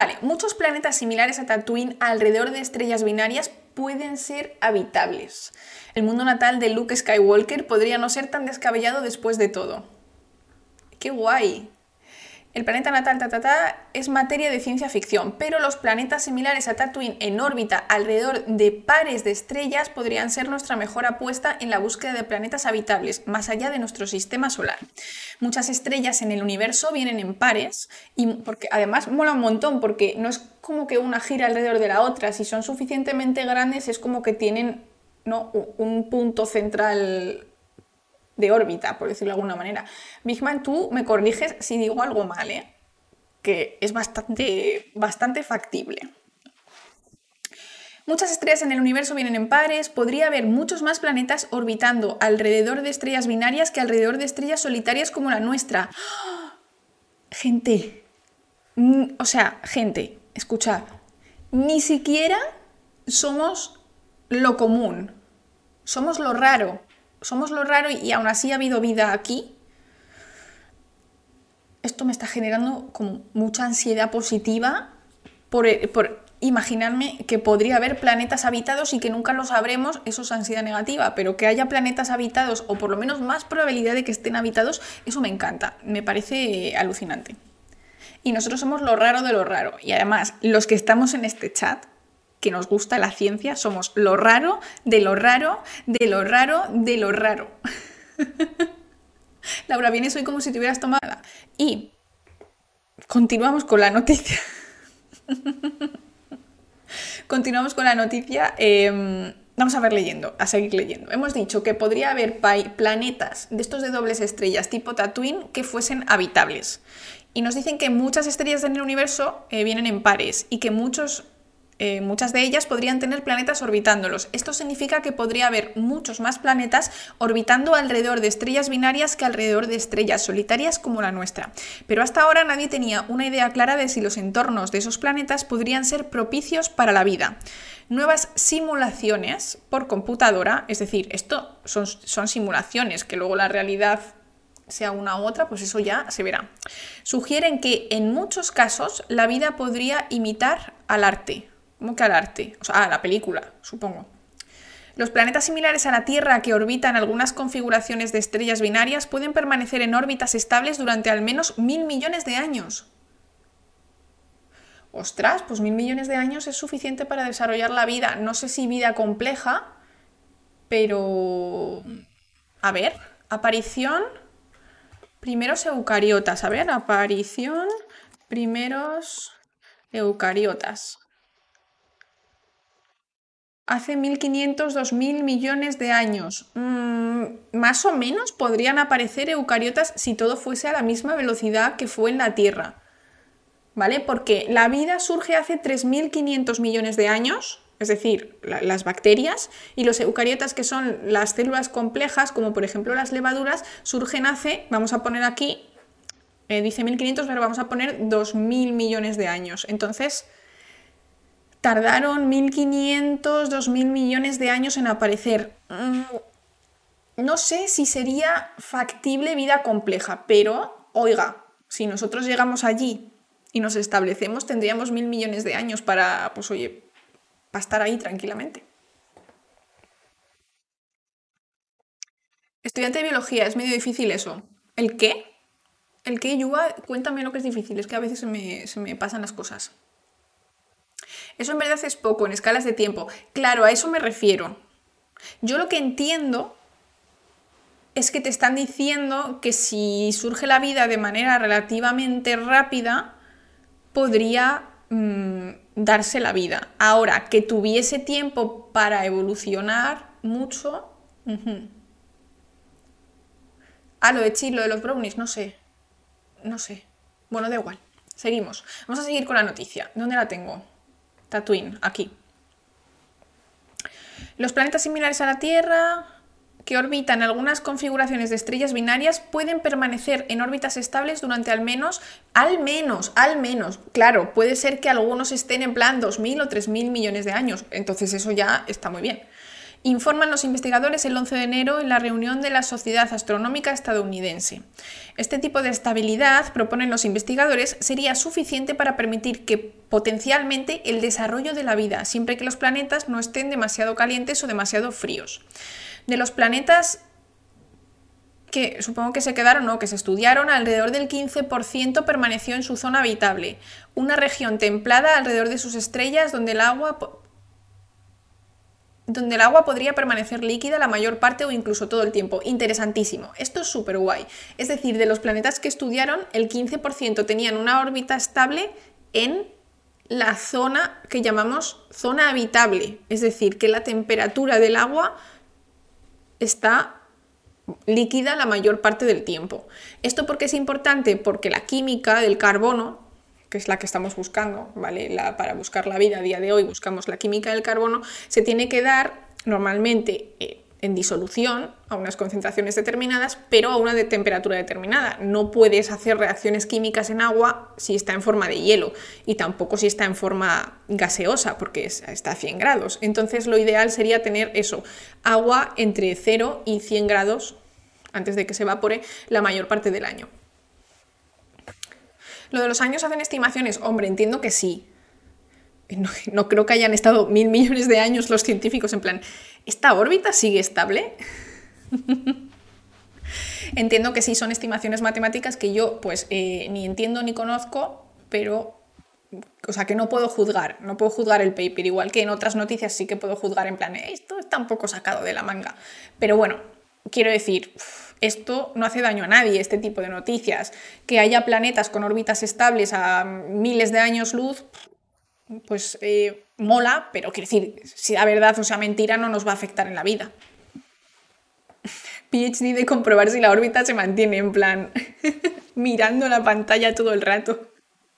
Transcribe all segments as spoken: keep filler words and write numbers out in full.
Vale, muchos planetas similares a Tatooine alrededor de estrellas binarias pueden ser habitables. El mundo natal de Luke Skywalker podría no ser tan descabellado después de todo. ¡Qué guay! El planeta natal ta, ta, ta, es materia de ciencia ficción, pero los planetas similares a Tatooine en órbita alrededor de pares de estrellas podrían ser nuestra mejor apuesta en la búsqueda de planetas habitables, más allá de nuestro sistema solar. Muchas estrellas en el universo vienen en pares, y porque además mola un montón, porque no es como que una gira alrededor de la otra, si son suficientemente grandes es como que tienen, ¿no?, un punto central de órbita, por decirlo de alguna manera. Bigman, tú me corriges si digo algo mal, ¿eh? Que es bastante, bastante factible. Muchas estrellas en el universo vienen en pares, podría haber muchos más planetas orbitando alrededor de estrellas binarias que alrededor de estrellas solitarias como la nuestra. ¡Oh! Gente, o sea, gente, escuchad, ni siquiera somos lo común, somos lo raro. Somos lo raro y aún así ha habido vida aquí. Esto me está generando como mucha ansiedad positiva por, por imaginarme que podría haber planetas habitados y que nunca lo sabremos. Eso es ansiedad negativa, pero que haya planetas habitados o por lo menos más probabilidad de que estén habitados, eso me encanta, me parece alucinante. Y nosotros somos lo raro de lo raro. Y además, los que estamos en este chat, que nos gusta la ciencia, somos lo raro, de lo raro, de lo raro, de lo raro. Laura, vienes hoy como si te hubieras tomado. Y continuamos con la noticia. Continuamos con la noticia. Eh, vamos a ver leyendo, a seguir leyendo. Hemos dicho que podría haber planetas de estos de dobles estrellas tipo Tatooine que fuesen habitables. Y nos dicen que muchas estrellas en el universo eh, vienen en pares y que muchos... Eh, muchas de ellas podrían tener planetas orbitándolos. Esto significa que podría haber muchos más planetas orbitando alrededor de estrellas binarias que alrededor de estrellas solitarias como la nuestra. Pero hasta ahora nadie tenía una idea clara de si los entornos de esos planetas podrían ser propicios para la vida. Nuevas simulaciones por computadora, es decir, esto son, son simulaciones, que luego la realidad sea una u otra, pues eso ya se verá. Sugieren que en muchos casos la vida podría imitar al arte. ¿Cómo que al arte? O sea, a la película, supongo. Los planetas similares a la Tierra que orbitan algunas configuraciones de estrellas binarias pueden permanecer en órbitas estables durante al menos mil millones de años. Ostras, pues mil millones de años es suficiente para desarrollar la vida. No sé si vida compleja, pero... A ver, aparición... Primeros eucariotas. A ver, aparición... Primeros eucariotas. Hace mil quinientos, dos mil millones de años. Mm, más o menos podrían aparecer eucariotas si todo fuese a la misma velocidad que fue en la Tierra. ¿Vale? Porque la vida surge hace tres mil quinientos millones de años, es decir, la, las bacterias, y los eucariotas, que son las células complejas, como por ejemplo las levaduras, surgen hace, vamos a poner aquí, eh, dice mil quinientos, pero vamos a poner dos mil millones de años. Entonces... tardaron mil quinientos, dos mil millones de años en aparecer. No sé si sería factible vida compleja, pero, oiga, si nosotros llegamos allí y nos establecemos, tendríamos mil millones de años para, pues oye, para estar ahí tranquilamente. Estudiante de biología, es medio difícil eso. ¿El qué? ¿El qué, Yuba? Cuéntame lo que es difícil, es que a veces se me, se me pasan las cosas. Eso en verdad es poco, en escalas de tiempo. Claro, a eso me refiero. Yo lo que entiendo es que te están diciendo que si surge la vida de manera relativamente rápida, podría mmm, darse la vida. Ahora, que tuviese tiempo para evolucionar mucho... Uh-huh. Ah, lo de Chi, lo de los brownies, no sé. No sé. Bueno, da igual. Seguimos. Vamos a seguir con la noticia. ¿Dónde la tengo? Tatooine, aquí. Los planetas similares a la Tierra que orbitan algunas configuraciones de estrellas binarias pueden permanecer en órbitas estables durante al menos, al menos, al menos, claro, puede ser que algunos estén en plan dos mil o tres mil millones de años, entonces eso ya está muy bien. informan los investigadores el once de enero en la reunión de la Sociedad Astronómica Estadounidense. Este tipo de estabilidad, proponen los investigadores, sería suficiente para permitir que potencialmente el desarrollo de la vida, siempre que los planetas no estén demasiado calientes o demasiado fríos. De los planetas que supongo que se quedaron o que se estudiaron, alrededor del quince por ciento permaneció en su zona habitable, una región templada alrededor de sus estrellas donde el agua donde el agua podría permanecer líquida la mayor parte o incluso todo el tiempo. Interesantísimo. Esto es súper guay. Es decir, de los planetas que estudiaron, el quince por ciento tenían una órbita estable en la zona que llamamos zona habitable. Es decir, que la temperatura del agua está líquida la mayor parte del tiempo. ¿Esto por qué es importante? Porque la química del carbono, que es la que estamos buscando, ¿vale? La, para buscar la vida a día de hoy buscamos la química del carbono, se tiene que dar normalmente eh, en disolución a unas concentraciones determinadas, pero a una de temperatura determinada. No puedes hacer reacciones químicas en agua si está en forma de hielo y tampoco si está en forma gaseosa, porque es, está a cien grados. Entonces lo ideal sería tener eso, agua entre cero y cien grados antes de que se evapore la mayor parte del año. Lo de los años hacen estimaciones, hombre, entiendo que sí. No, no creo que hayan estado mil millones de años los científicos en plan, ¿esta órbita sigue estable? Entiendo que sí, son estimaciones matemáticas que yo pues eh, ni entiendo ni conozco, pero, o sea, que no puedo juzgar, no puedo juzgar el paper, igual que en otras noticias sí que puedo juzgar en plan, esto está un poco sacado de la manga. Pero bueno, quiero decir, esto no hace daño a nadie, este tipo de noticias. Que haya planetas con órbitas estables a miles de años luz, pues eh, mola, pero quiero decir, si la verdad o sea mentira, no nos va a afectar en la vida. PhD de comprobar si la órbita se mantiene, en plan, mirando la pantalla todo el rato.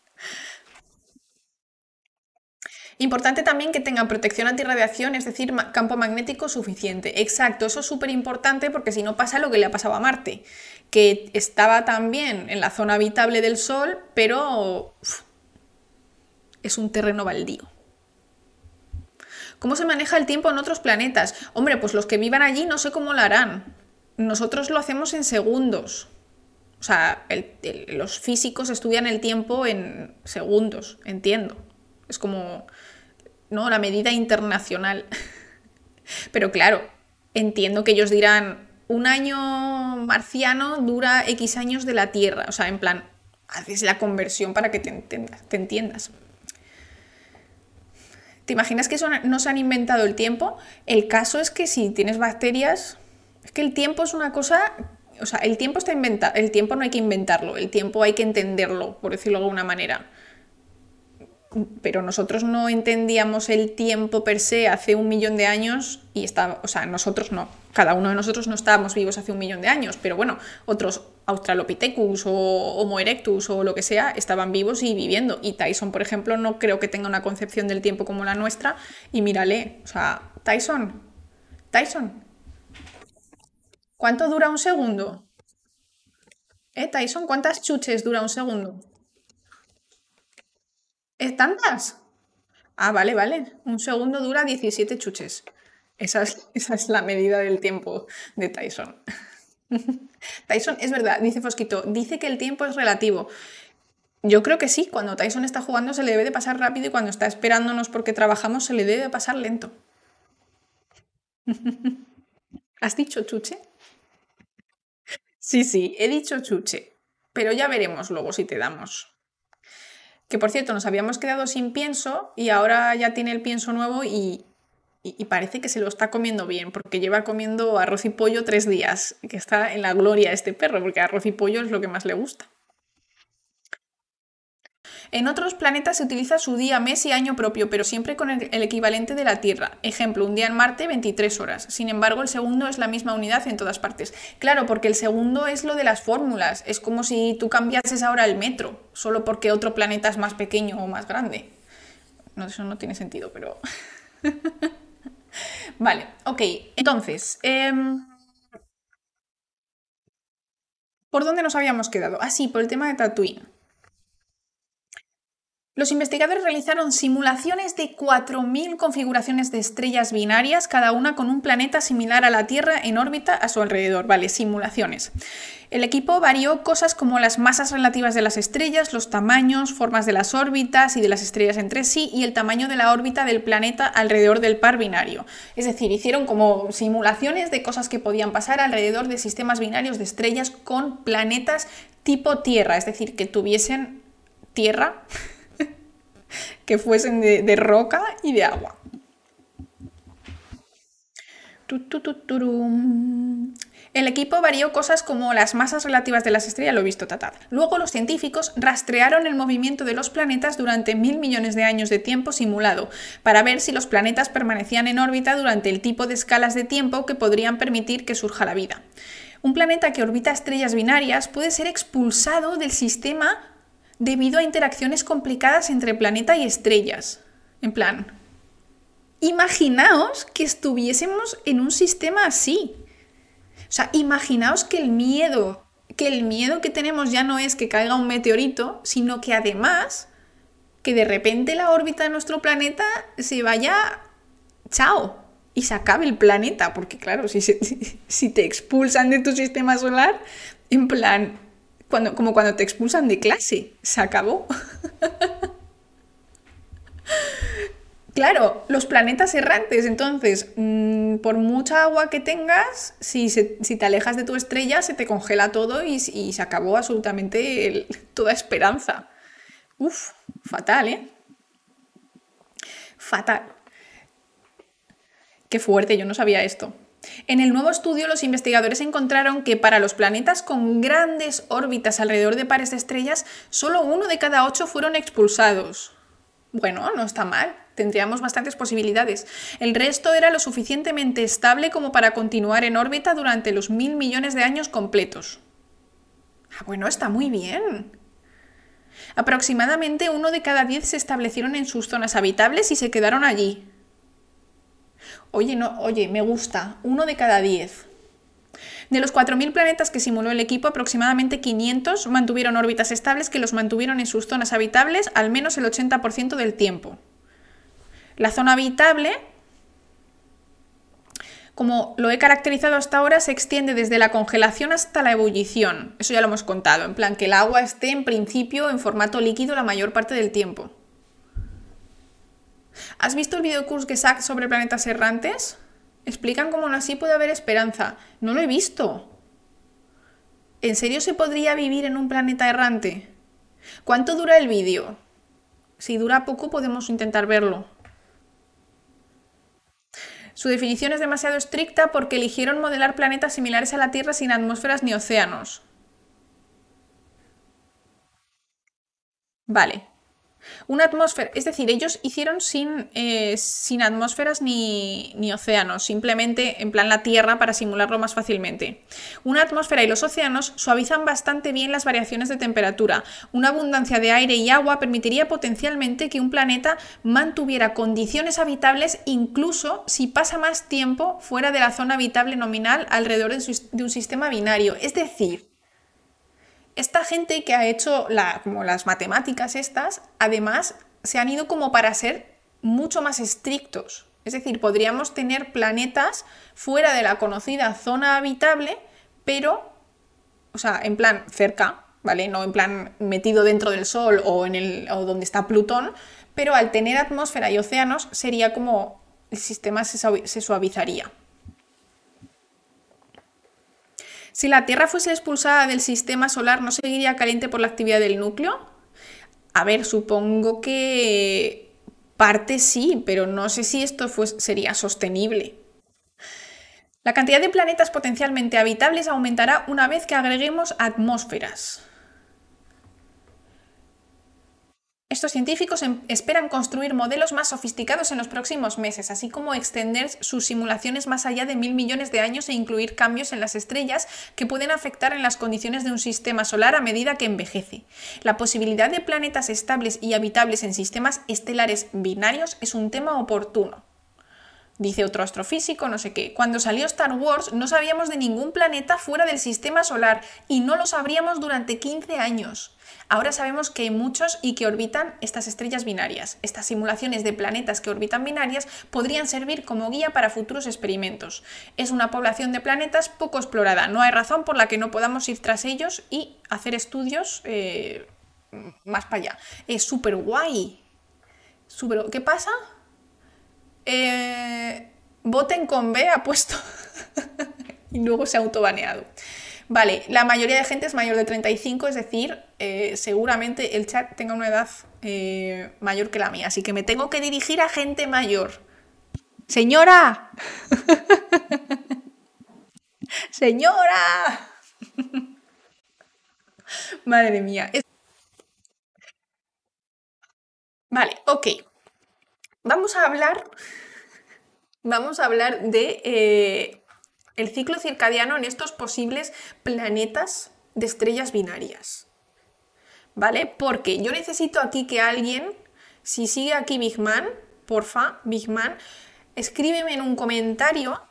Importante también que tengan protección antirradiación, es decir, campo magnético suficiente. Exacto, eso es súper importante porque si no pasa lo que le ha pasado a Marte, que estaba también en la zona habitable del Sol, pero uf, es un terreno baldío. ¿Cómo se maneja el tiempo en otros planetas? Hombre, pues los que vivan allí no sé cómo lo harán. Nosotros lo hacemos en segundos. O sea, el, el, los físicos estudian el tiempo en segundos, entiendo. Es como, ¿no? La medida internacional. Pero claro, entiendo que ellos dirán, un año marciano dura X años de la Tierra. O sea, en plan, haces la conversión para que te entiendas. Te entiendas. ¿Te imaginas que eso no se han inventado el tiempo? El caso es que si tienes bacterias, es que el tiempo es una cosa, o sea, el tiempo está inventado, el tiempo no hay que inventarlo, el tiempo hay que entenderlo, por decirlo de alguna manera. Pero nosotros no entendíamos el tiempo per se hace un millón de años y estaba, o sea, nosotros no, cada uno de nosotros no estábamos vivos hace un millón de años, pero bueno, otros Australopithecus o Homo erectus o lo que sea estaban vivos y viviendo. Y Tyson, por ejemplo, no creo que tenga una concepción del tiempo como la nuestra. Y mírale, o sea, Tyson, Tyson, ¿cuánto dura un segundo? ¿Eh, Tyson? ¿Cuántas chuches dura un segundo? ¿Es tantas? Ah, vale, vale. Un segundo dura diecisiete chuches. Esa es, esa es la medida del tiempo de Tyson. Tyson, es verdad, dice Fosquito, dice que el tiempo es relativo. Yo creo que sí, cuando Tyson está jugando se le debe de pasar rápido y cuando está esperándonos porque trabajamos se le debe de pasar lento. ¿Has dicho chuche? Sí, sí, he dicho chuche. Pero ya veremos luego si te damos. Que por cierto, nos habíamos quedado sin pienso y ahora ya tiene el pienso nuevo y, y, y parece que se lo está comiendo bien, porque lleva comiendo arroz y pollo tres días, que está en la gloria este perro, porque arroz y pollo es lo que más le gusta. En otros planetas se utiliza su día, mes y año propio, pero siempre con el, el equivalente de la Tierra. Ejemplo, un día en Marte, veintitrés horas. Sin embargo, el segundo es la misma unidad en todas partes. Claro, porque el segundo es lo de las fórmulas. Es como si tú cambiases ahora el metro, solo porque otro planeta es más pequeño o más grande. No, eso no tiene sentido, pero... Vale, ok. Entonces, eh, ¿por dónde nos habíamos quedado? Ah, sí, por el tema de Tatooine. Los investigadores realizaron simulaciones de cuatro mil configuraciones de estrellas binarias, cada una con un planeta similar a la Tierra en órbita a su alrededor. Vale, simulaciones. El equipo varió cosas como las masas relativas de las estrellas, los tamaños, formas de las órbitas y de las estrellas entre sí y el tamaño de la órbita del planeta alrededor del par binario. Es decir, hicieron como simulaciones de cosas que podían pasar alrededor de sistemas binarios de estrellas con planetas tipo Tierra, es decir, que tuviesen tierra, que fuesen de, de roca y de agua. El equipo varió cosas como las masas relativas de las estrellas, lo he visto, tatad. Luego los científicos rastrearon el movimiento de los planetas durante mil millones de años de tiempo simulado, para ver si los planetas permanecían en órbita durante el tipo de escalas de tiempo que podrían permitir que surja la vida. Un planeta que orbita estrellas binarias puede ser expulsado del sistema debido a interacciones complicadas entre planeta y estrellas. En plan, imaginaos que estuviésemos en un sistema así. O sea, imaginaos que el miedo, que el miedo que tenemos ya no es que caiga un meteorito, sino que además, que de repente la órbita de nuestro planeta se vaya, chao, y se acabe el planeta. Porque claro, si, se, si te expulsan de tu sistema solar, en plan, cuando, como cuando te expulsan de clase, se acabó. Claro, los planetas errantes, entonces, mmm, por mucha agua que tengas, si, se, si te alejas de tu estrella, se te congela todo y, y se acabó absolutamente el, toda esperanza. Uf, fatal, ¿eh? Fatal. Qué fuerte, yo no sabía esto. En el nuevo estudio, los investigadores encontraron que para los planetas con grandes órbitas alrededor de pares de estrellas, solo uno de cada ocho fueron expulsados. Bueno, no está mal, tendríamos bastantes posibilidades. El resto era lo suficientemente estable como para continuar en órbita durante los mil millones de años completos. Ah, bueno, está muy bien. Aproximadamente uno de cada diez se establecieron en sus zonas habitables y se quedaron allí. Oye, no, oye, me gusta, uno de cada diez. De los cuatro mil planetas que simuló el equipo, aproximadamente quinientos mantuvieron órbitas estables que los mantuvieron en sus zonas habitables al menos el ochenta por ciento del tiempo. La zona habitable, como lo he caracterizado hasta ahora, se extiende desde la congelación hasta la ebullición. Eso ya lo hemos contado, en plan que el agua esté en principio en formato líquido la mayor parte del tiempo. ¿Has visto el videocurso que sac sobre planetas errantes? Explican cómo aún así puede haber esperanza. No lo he visto. ¿En serio se podría vivir en un planeta errante? ¿Cuánto dura el vídeo? Si dura poco podemos intentar verlo. Su definición es demasiado estricta porque eligieron modelar planetas similares a la Tierra sin atmósferas ni océanos. Vale. Una atmósfera, es decir, ellos hicieron sin, eh, sin atmósferas ni, ni océanos, simplemente en plan la Tierra para simularlo más fácilmente. Una atmósfera y los océanos suavizan bastante bien las variaciones de temperatura. Una abundancia de aire y agua permitiría potencialmente que un planeta mantuviera condiciones habitables incluso si pasa más tiempo fuera de la zona habitable nominal alrededor de, su, de un sistema binario. Es decir, esta gente que ha hecho la, como las matemáticas estas, además se han ido como para ser mucho más estrictos. Es decir, podríamos tener planetas fuera de la conocida zona habitable, pero, o sea, en plan cerca, ¿vale? No en plan metido dentro del Sol o, en el, o donde está Plutón, pero al tener atmósfera y océanos sería como el sistema se suavizaría. Si la Tierra fuese expulsada del sistema solar, ¿no seguiría caliente por la actividad del núcleo? A ver, supongo que parte sí, pero no sé si esto fuese, sería sostenible. La cantidad de planetas potencialmente habitables aumentará una vez que agreguemos atmósferas. Estos científicos esperan construir modelos más sofisticados en los próximos meses, así como extender sus simulaciones más allá de mil millones de años e incluir cambios en las estrellas que pueden afectar en las condiciones de un sistema solar a medida que envejece. La posibilidad de planetas estables y habitables en sistemas estelares binarios es un tema oportuno. Dice otro astrofísico, no sé qué. Cuando salió Star Wars no sabíamos de ningún planeta fuera del sistema solar y no lo sabríamos durante quince años. Ahora sabemos que hay muchos y que orbitan estas estrellas binarias. Estas simulaciones de planetas que orbitan binarias podrían servir como guía para futuros experimentos. Es una población de planetas poco explorada. No hay razón por la que no podamos ir tras ellos y hacer estudios eh, más para allá. Es súper guay. Super... ¿Qué pasa? Eh, voten con B ha puesto y luego se ha autobaneado. Vale, la mayoría de gente es mayor de treinta y cinco, es decir, eh, seguramente el chat tenga una edad eh, mayor que la mía, así que me tengo que dirigir a gente mayor. ¡Señora! ¡Señora! Madre mía. Vale, ok. Vamos a hablar. Vamos a hablar de eh, el ciclo circadiano en estos posibles planetas de estrellas binarias. ¿Vale? Porque yo necesito aquí que alguien, si sigue aquí Big Man, porfa, Big Man, escríbeme en un comentario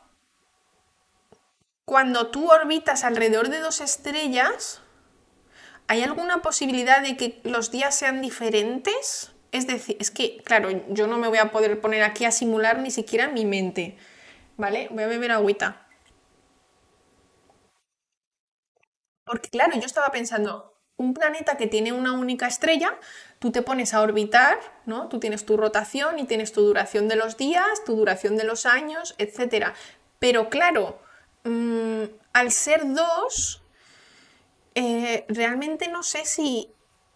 cuando tú orbitas alrededor de dos estrellas, ¿hay alguna posibilidad de que los días sean diferentes? Es decir, es que, claro, yo no me voy a poder poner aquí a simular ni siquiera en mi mente. ¿Vale? Voy a beber agüita. Porque claro, yo estaba pensando, un planeta que tiene una única estrella, tú te pones a orbitar, ¿no? Tú tienes tu rotación y tienes tu duración de los días, tu duración de los años, etcétera. Pero claro, mmm, al ser dos, eh, realmente no sé si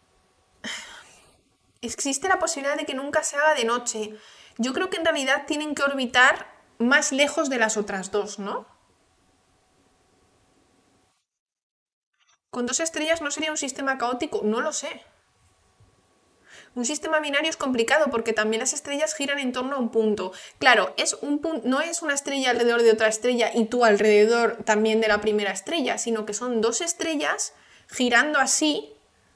existe la posibilidad de que nunca se haga de noche. Yo creo que en realidad tienen que orbitar más lejos de las otras dos, ¿no? Con dos estrellas no sería un sistema caótico, no lo sé. Un sistema binario es complicado porque también las estrellas giran en torno a un punto. Claro, es un pun- no es una estrella alrededor de otra estrella y tú alrededor también de la primera estrella, sino que son dos estrellas girando así.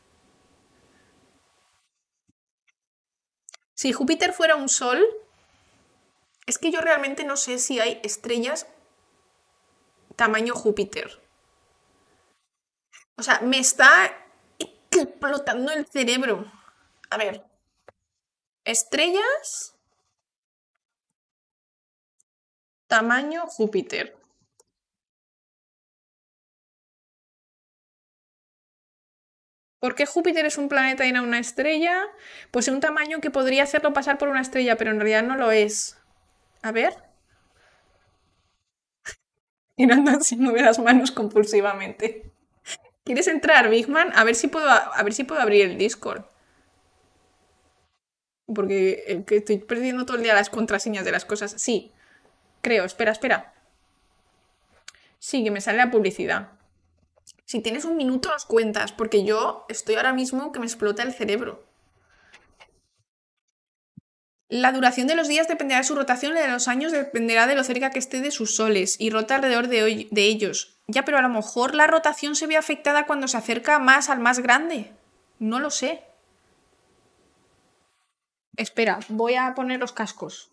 Si Júpiter fuera un sol, es que yo realmente no sé si hay estrellas tamaño Júpiter. O sea, me está explotando el cerebro. A ver, estrellas tamaño Júpiter. ¿Por qué Júpiter es un planeta y no una estrella? Pues un tamaño que podría hacerlo pasar por una estrella, pero en realidad no lo es. A ver. Mirando así mueve las manos compulsivamente. ¿Quieres entrar, Big Man? A ver si puedo, a ver si puedo abrir el Discord. Porque eh, que estoy perdiendo todo el día las contraseñas de las cosas. Sí, creo. Espera, espera. Sí, que me sale la publicidad. Si tienes un minuto, nos cuentas, porque yo estoy ahora mismo que me explota el cerebro. La duración de los días dependerá de su rotación y la de los años dependerá de lo cerca que esté de sus soles y rota alrededor de, de ellos. Ya, pero a lo mejor la rotación se ve afectada cuando se acerca más al más grande. No lo sé. Espera, voy a poner los cascos.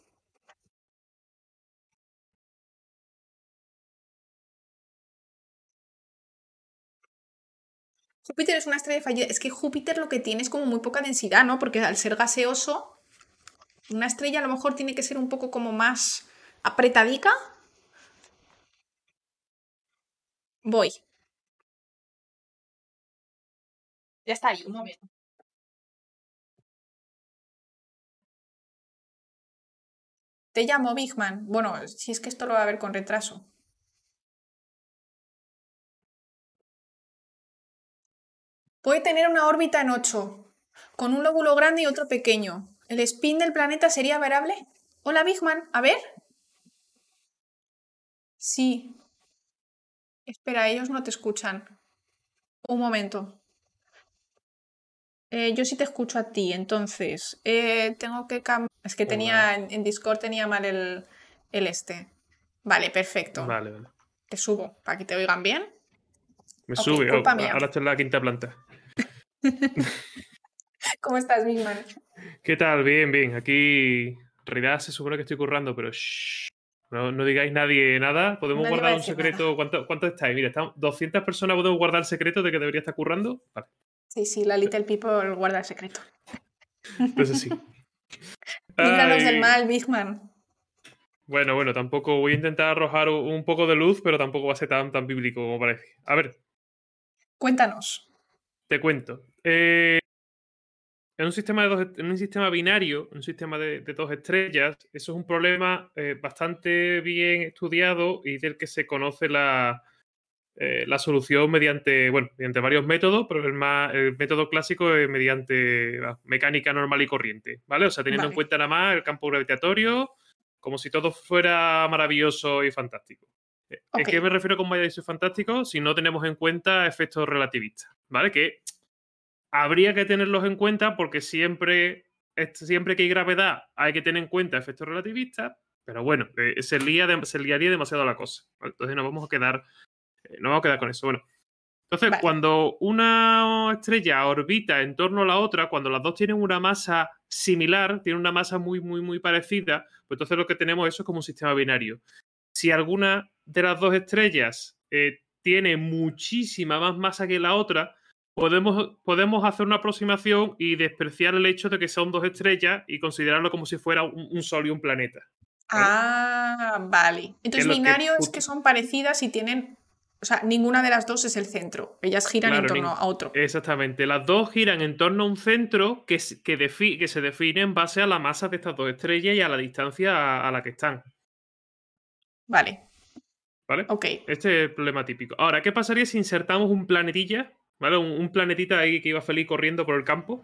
Júpiter es una estrella fallida. Es que Júpiter lo que tiene es como muy poca densidad, ¿no? Porque al ser gaseoso, una estrella a lo mejor tiene que ser un poco como más apretadica. Voy. Ya está ahí, un momento. Te llamo Big Man. Bueno, si es que esto lo va a ver con retraso. Puede tener una órbita en ocho, con un lóbulo grande y otro pequeño. ¿El spin del planeta sería variable? Hola, Big Man. A ver. Sí. Espera, ellos no te escuchan. Un momento. Eh, yo sí te escucho a ti, entonces eh, tengo que cambiar. Es que Hola. tenía en, en Discord tenía mal el, el este. Vale, perfecto. Vale, vale. Te subo para que te oigan bien. Me Ok, sube. Oh, culpa mía. ahora estoy en la quinta planta. ¿Cómo estás, Big Man? ¿Qué tal? Bien, bien. Aquí en realidad se supone que estoy currando, pero shh. No, no digáis nadie nada. ¿Podemos Nadie va a guardar un decir nada. secreto? ¿Cuánto, cuánto estáis? Mira, estamos doscientas personas. ¿Podemos guardar el secreto de que debería estar currando? Vale. Sí, sí, la Little People guarda el secreto. Entonces sí. Líbranos del Ay, mal, Big Man. bueno, bueno, tampoco voy a intentar arrojar un un poco de luz, pero tampoco va a ser tan, tan bíblico como parece. A ver, Cuéntanos. te cuento. Eh, en un sistema de dos, est- en un sistema binario, un sistema de, de dos estrellas, eso es un problema eh, bastante bien estudiado y del que se conoce la, eh, la solución mediante, bueno, mediante varios métodos, pero el, más, el método clásico es mediante la mecánica normal y corriente, ¿vale? O sea, teniendo en Vale. cuenta nada más el campo gravitatorio, como si todo fuera maravilloso y fantástico. Eh, ¿A Ok. qué me refiero con maravilloso y fantástico? Si no tenemos en cuenta efectos relativistas, ¿vale? Que habría que tenerlos en cuenta porque siempre, est- siempre que hay gravedad hay que tener en cuenta efectos relativistas, pero bueno, eh, se, lía de- se liaría demasiado la cosa, ¿vale? Entonces nos vamos a quedar, eh, nos vamos a quedar con eso. Bueno, entonces, Vale. cuando una estrella orbita en torno a la otra, cuando las dos tienen una masa similar, tienen una masa muy, muy, muy parecida, pues entonces lo que tenemos eso es como un sistema binario. Si alguna de las dos estrellas eh, tiene muchísima más masa que la otra, podemos, podemos hacer una aproximación y despreciar el hecho de que son dos estrellas y considerarlo como si fuera un, un sol y un planeta. ¿Vale? Ah, vale. Que es Entonces, lo que binario es que justo. son parecidas y tienen. O sea, ninguna de las dos es el centro. Ellas giran en Claro, torno nin- a otro. exactamente. Las dos giran en torno a un centro que, s- que, defi- que se define en base a la masa de estas dos estrellas y a la distancia a, a la que están. Vale. ¿Vale? Ok. Este es el problema típico. Ahora, ¿qué pasaría si insertamos un planetilla? ¿Vale? Un, un planetita ahí que iba feliz corriendo por el campo.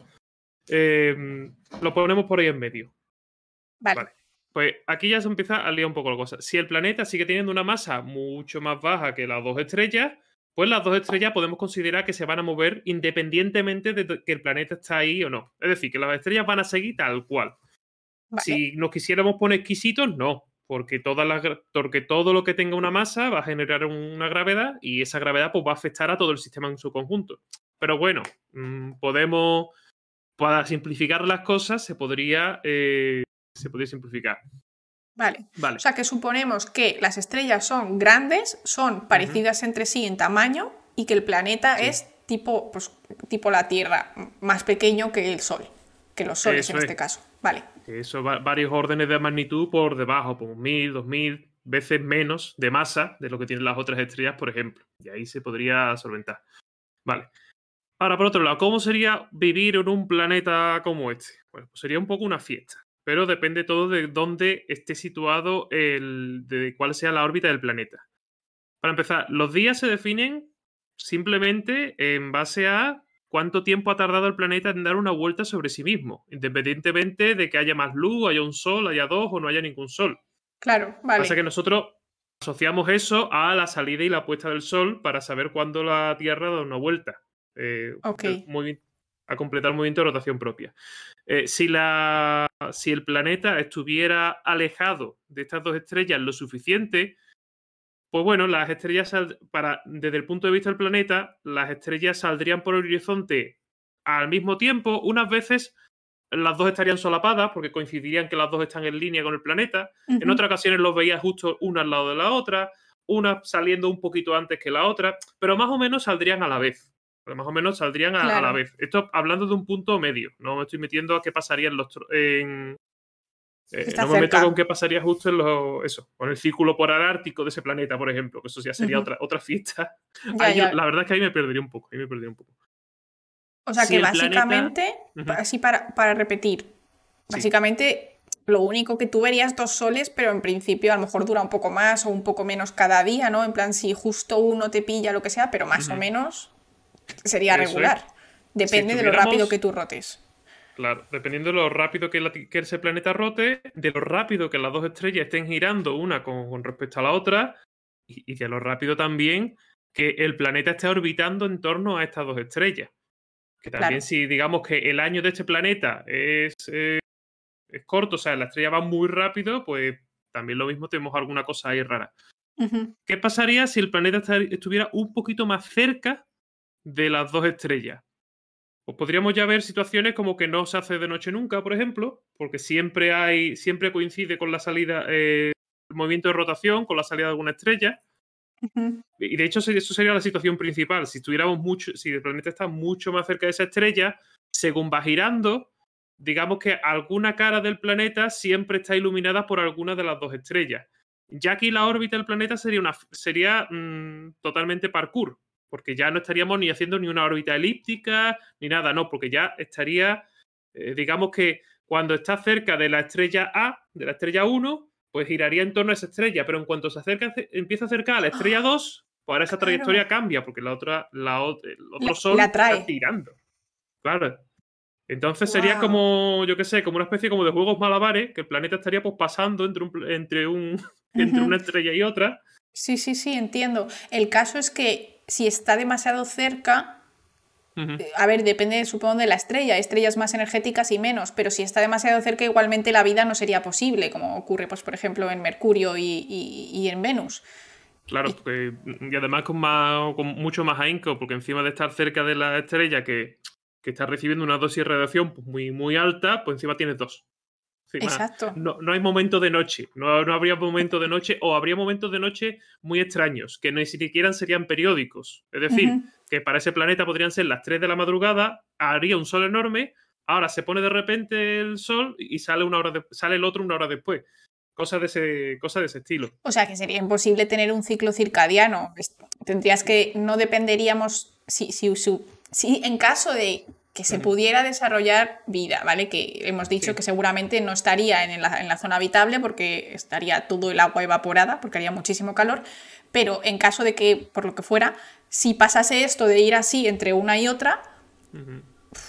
Eh, lo ponemos por ahí en medio. Vale. Vale. Pues aquí ya se empieza a liar un poco la cosa. Si el planeta sigue teniendo una masa mucho más baja que las dos estrellas, pues las dos estrellas podemos considerar que se van a mover independientemente de que el planeta está ahí o no. Es decir, que las estrellas van a seguir tal cual. Vale. Si nos quisiéramos poner exquisitos, no. Porque, todas las gra- porque todo lo que tenga una masa va a generar una gravedad y esa gravedad pues, va a afectar a todo el sistema en su conjunto. Pero bueno, mm, podemos, para simplificar las cosas, se podría, eh, se podría simplificar. Vale. O Vale. sea, que suponemos que las estrellas son grandes, son Ujú. parecidas entre sí en tamaño y que el planeta Sí, es tipo, pues, tipo la Tierra, m- más pequeño que el Sol. Que los soles en eso este es. caso. Vale. Que eso va varios órdenes de magnitud por debajo, por mil, dos mil veces menos de masa de lo que tienen las otras estrellas, por ejemplo. Y ahí se podría solventar. Vale. Ahora, por otro lado, ¿cómo sería vivir en un planeta como este? Bueno, pues sería un poco una fiesta, pero depende todo de dónde esté situado el, de cuál sea la órbita del planeta. Para empezar, los días se definen simplemente en base a cuánto tiempo ha tardado el planeta en dar una vuelta sobre sí mismo, independientemente de que haya más luz, haya un sol, haya dos o no haya ningún sol. Claro, Pasa que vale. nosotros asociamos eso a la salida y la puesta del sol para saber cuándo la Tierra da una vuelta, eh, Ok. del movi- a completar el movimiento de rotación propia. Eh, si, la, si el planeta estuviera alejado de estas dos estrellas lo suficiente, pues bueno, las estrellas, sald- para, desde el punto de vista del planeta, las estrellas saldrían por el horizonte al mismo tiempo. Unas veces las dos estarían solapadas porque coincidirían que las dos están en línea con el planeta. En Ujú. otras ocasiones los veías justo una al lado de la otra, una saliendo un poquito antes que la otra, pero más o menos saldrían a la vez. Pero más o menos saldrían a, a la Claro. vez. Esto hablando de un punto medio. No me estoy metiendo a qué pasaría en los, tro- en, eh, Está no me meto con cerca. qué pasaría justo en los, eso, con el círculo polar ártico de ese planeta, por ejemplo, que eso ya sería Ujú. otra, otra fiesta. Ya, Ahí yo- ya. la verdad es que ahí me perdería un poco, ahí me perdería un poco. O sea Si que el planeta. básicamente, pa- Ujú, así para, para repetir, sí. básicamente lo único que tú verías dos soles, pero en principio a lo mejor dura un poco más o un poco menos cada día, ¿no? En plan, si justo uno te pilla, lo que sea, pero más o Ujú, menos sería eso es. regular. Si Depende de lo rápido que tuviéramos. tú rotes. Claro, dependiendo de lo rápido que, la ti- que ese planeta rote, de lo rápido que las dos estrellas estén girando una con, con respecto a la otra, y, y de lo rápido también que el planeta esté orbitando en torno a estas dos estrellas. Que también Claro. si digamos que el año de este planeta es, eh, es corto, o sea, la estrella va muy rápido, pues también lo mismo tenemos alguna cosa ahí rara. Ujú. ¿Qué pasaría si el planeta esta- estuviera un poquito más cerca de las dos estrellas? Pues podríamos ya ver situaciones como que no se hace de noche nunca, por ejemplo, porque siempre hay, siempre coincide con la salida. eh, movimiento de rotación con la salida de alguna estrella. Ujú. Y de hecho, eso sería la situación principal. Si estuviéramos mucho, si el planeta está mucho más cerca de esa estrella, según va girando, digamos que alguna cara del planeta siempre está iluminada por alguna de las dos estrellas. Ya aquí la órbita del planeta sería, una, sería mmm, totalmente parkour, porque ya no estaríamos ni haciendo ni una órbita elíptica, ni nada, no, porque ya estaría, eh, digamos que cuando está cerca de la estrella A, de la estrella uno, pues giraría en torno a esa estrella, pero en cuanto se acerca, empieza a acercar a la estrella ¡Ah! dos, pues ahora esa trayectoria Claro, cambia, porque la otra, la, ot- el la, otro la sol está trae. tirando. Claro. Entonces sería ¡Wow! como, yo qué sé, como una especie como de juegos malabares, que el planeta estaría pues pasando entre, un, pl- entre, un, entre una estrella y otra. Sí, sí, sí, entiendo. El caso es que si está demasiado cerca, Ujú. eh, a ver, depende, supongo, de la estrella. Hay estrellas más energéticas y menos, pero si está demasiado cerca, igualmente la vida no sería posible, como ocurre, pues, por ejemplo, en Mercurio y, y- y en Venus. Claro, Y, porque, y además con, más, con mucho más ahínco, porque encima de estar cerca de la estrella que, que está recibiendo una dosis de radiación pues, muy, muy alta, pues encima tienes dos. Encima, exacto. no, no hay momento de noche, no, no habría momento de noche, o habría momentos de noche muy extraños, que ni siquiera serían periódicos. Es decir, Ujú. que para ese planeta podrían ser las tres de la madrugada, haría un sol enorme, ahora se pone de repente el sol y sale, una hora de- sale el otro una hora después. Cosas de ese, cosas de ese estilo. O sea, que sería imposible tener un ciclo circadiano. Es- Tendrías que, no dependeríamos, si, si, si- si en caso de que se Ujú. pudiera desarrollar vida, ¿vale? Que hemos dicho Sí. que seguramente no estaría en la, en la zona habitable porque estaría todo el agua evaporada, porque haría muchísimo calor, pero en caso de que, por lo que fuera, si pasase esto de ir así entre una y otra, Ujú.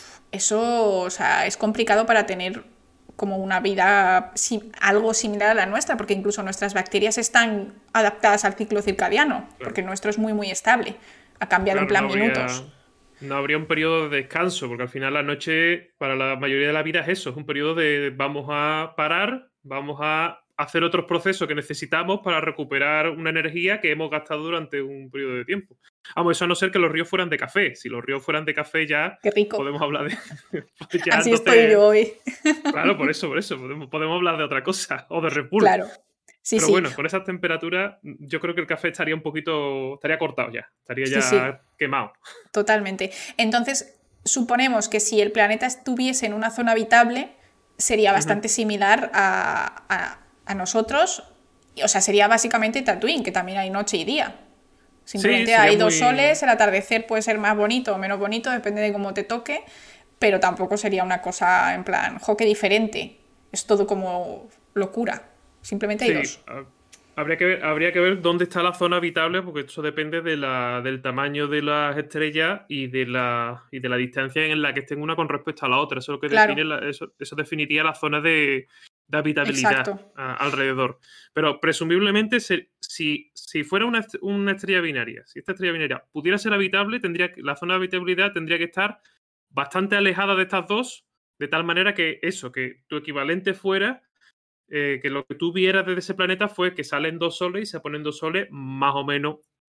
eso, o sea, es complicado para tener como una vida si, algo similar a la nuestra, porque incluso nuestras bacterias están adaptadas al ciclo circadiano, porque Claro. el nuestro es muy, muy estable. Ha cambiado en Claro, no plan minutos. habría, no habría un periodo de descanso, porque al final la noche, para la mayoría de la vida, es eso, es un periodo de vamos a parar, vamos a hacer otros procesos que necesitamos para recuperar una energía que hemos gastado durante un periodo de tiempo. Vamos, eso a no ser que los ríos fueran de café. Si los ríos fueran de café ya Qué rico. podemos hablar de... pues ya Así estoy yo entonces... hoy. Claro, por eso, por eso, podemos, podemos hablar de otra cosa, o de Red Bull. Claro. Sí, Pero sí, bueno, con esas temperaturas, yo creo que el café estaría un poquito, estaría cortado ya, estaría sí, sí, ya quemado. totalmente. Entonces, suponemos que si el planeta estuviese en una zona habitable, sería Ujú. bastante similar a, a, a nosotros. O sea, sería básicamente Tatooine, que también hay noche y día. Sí, Simplemente sería hay dos muy... soles, el atardecer puede ser más bonito o menos bonito, depende de cómo te toque, pero tampoco sería una cosa en plan, jo, qué diferente. Es todo como locura. Simplemente hay Sí, dos. ha- habría que ver, habría que ver dónde está la zona habitable, porque eso depende de la, del tamaño de las estrellas y de la, y de la distancia en la que estén una con respecto a la otra. Eso es lo que Claro, define la- eso, eso definiría la zona de, de habitabilidad exacto. a- alrededor. Pero presumiblemente, se- si, si fuera una, est- una estrella binaria, si esta estrella binaria pudiera ser habitable, tendría que- la zona de habitabilidad tendría que estar bastante alejada de estas dos, de tal manera que eso, que tu equivalente fuera eh, que lo que tú vieras desde ese planeta fue que salen dos soles y se ponen dos soles más o menos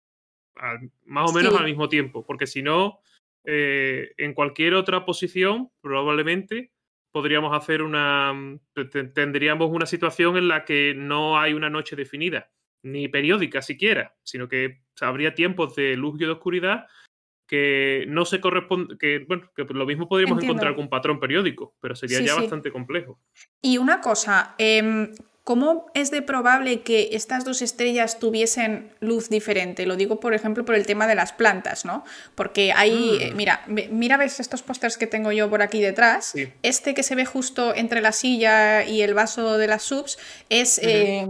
al, más o menos al Sí, mismo tiempo, porque si no, eh, en cualquier otra posición, probablemente podríamos hacer una. te- te- Tendríamos una situación en la que no hay una noche definida, ni periódica siquiera, sino que habría tiempos de luz y de oscuridad que no se corresponde, que bueno, que lo mismo podríamos encontrar entiendo. con un patrón periódico, pero sería Sí, ya sí. bastante complejo. Y una cosa, em, ¿cómo es de probable que estas dos estrellas tuviesen luz diferente? Lo digo, por ejemplo, por el tema de las plantas, ¿no? Porque hay, eh, Mm, mira, ve- mira, ves estos pósters que tengo yo por aquí detrás. sí. Este que se ve justo entre la silla y el vaso de las subs es Ujú. eh,